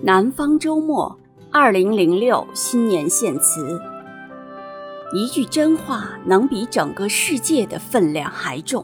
南方周末2006新年献词。一句真话能比整个世界的分量还重。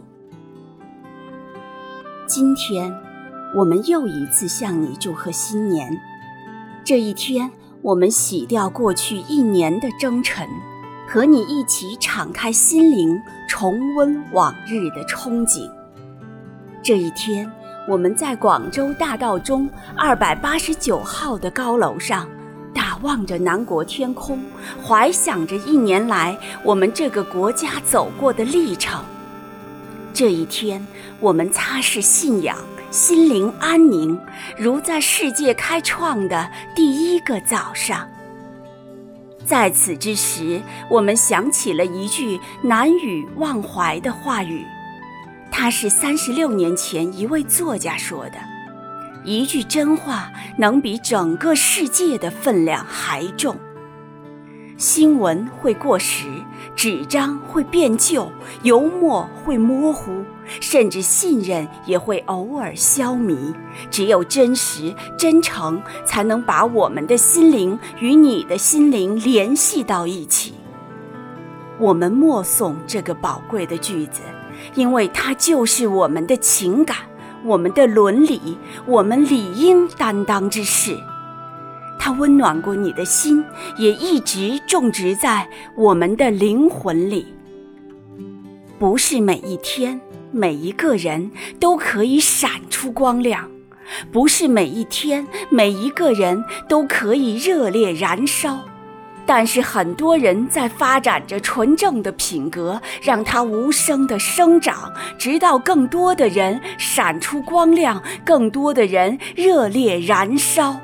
今天我们又一次向你祝贺新年。这一天，我们洗掉过去一年的征尘，和你一起敞开心灵，重温往日的憧憬。这一天，我们在广州大道中289号的高楼上，大望着南国天空，怀想着一年来我们这个国家走过的历程。这一天，我们擦拭信仰，心灵安宁，如在世界开创的第一个早上。在此之时，我们想起了一句难以忘怀的话语，它是36年前一位作家说的：一句真话能比整个世界的分量还重。新闻会过时，纸张会变旧，油墨会模糊，甚至信任也会偶尔消弭。只有真实、真诚，才能把我们的心灵与你的心灵联系到一起。我们默诵这个宝贵的句子，因为它就是我们的情感，我们的伦理，我们理应担当之事。它温暖过你的心，也一直种植在我们的灵魂里。不是每一天，每一个人都可以闪出光亮，不是每一天，每一个人都可以热烈燃烧。但是很多人在发展着纯正的品格，让它无声地生长，直到更多的人闪出光亮，更多的人热烈燃烧。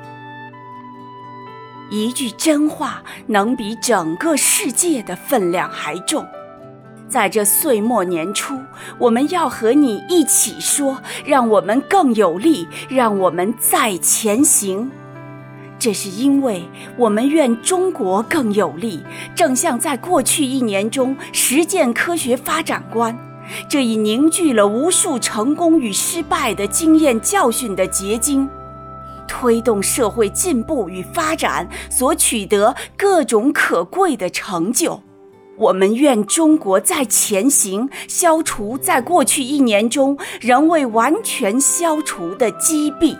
一句真话能比整个世界的分量还重。在这岁末年初，我们要和你一起说，让我们更有力，让我们再前行。这是因为我们愿中国更有力，正像在过去一年中实践科学发展观，这已凝聚了无数成功与失败的经验教训的结晶，推动社会进步与发展所取得各种可贵的成就。我们愿中国再前行，消除在过去一年中仍未完全消除的积弊。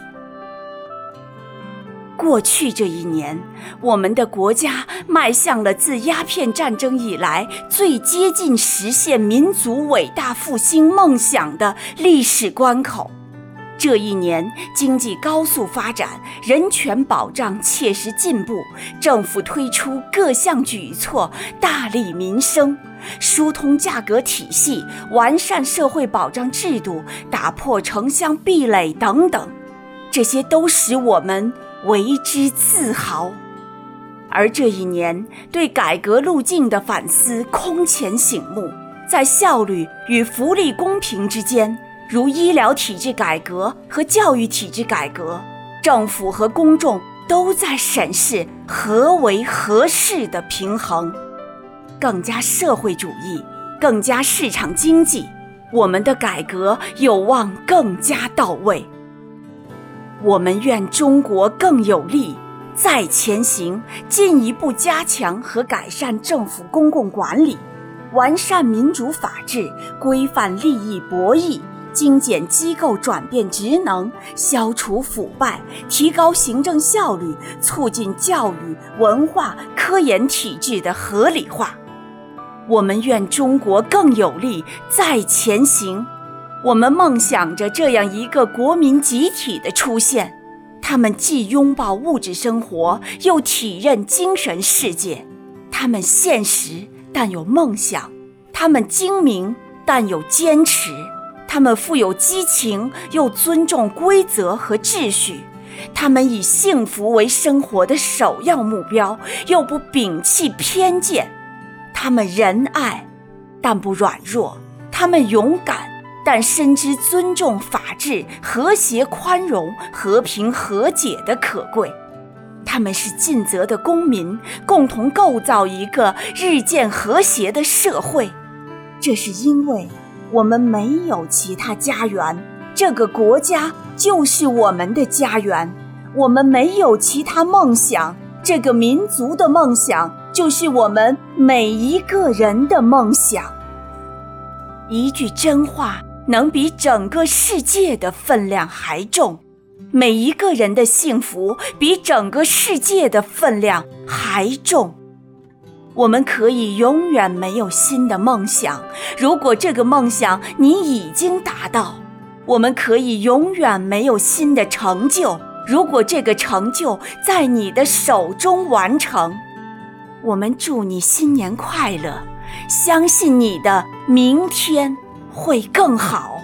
过去这一年，我们的国家迈向了自鸦片战争以来最接近实现民族伟大复兴梦想的历史关口。这一年，经济高速发展，人权保障切实进步，政府推出各项举措，大利民生，疏通价格体系，完善社会保障制度，打破城乡壁垒等等，这些都使我们为之自豪。而这一年，对改革路径的反思空前醒目，在效率与福利公平之间，如医疗体制改革和教育体制改革，政府和公众都在审视何为合适的平衡。更加社会主义，更加市场经济，我们的改革有望更加到位。我们愿中国更有力，再前行，进一步加强和改善政府公共管理，完善民主法治，规范利益博弈，精简机构转变职能，消除腐败，提高行政效率，促进教育、文化、科研体制的合理化。我们愿中国更有力，再前行。我们梦想着这样一个国民集体的出现，他们既拥抱物质生活，又体认精神世界。他们现实，但有梦想；他们精明，但有坚持；他们富有激情，又尊重规则和秩序；他们以幸福为生活的首要目标，又不摒弃偏见；他们仁爱，但不软弱；他们勇敢，但深知尊重法治、和谐宽容、和平和解的可贵。他们是尽责的公民，共同构造一个日渐和谐的社会。这是因为我们没有其他家园，这个国家就是我们的家园。 我们没有其他梦想，这个民族的梦想就是我们每一个人的梦想。一句真话能比整个世界的分量还重，每一个人的幸福比整个世界的分量还重。我们可以永远没有新的梦想，如果这个梦想你已经达到；我们可以永远没有新的成就，如果这个成就在你的手中完成。我们祝你新年快乐，相信你的明天会更好。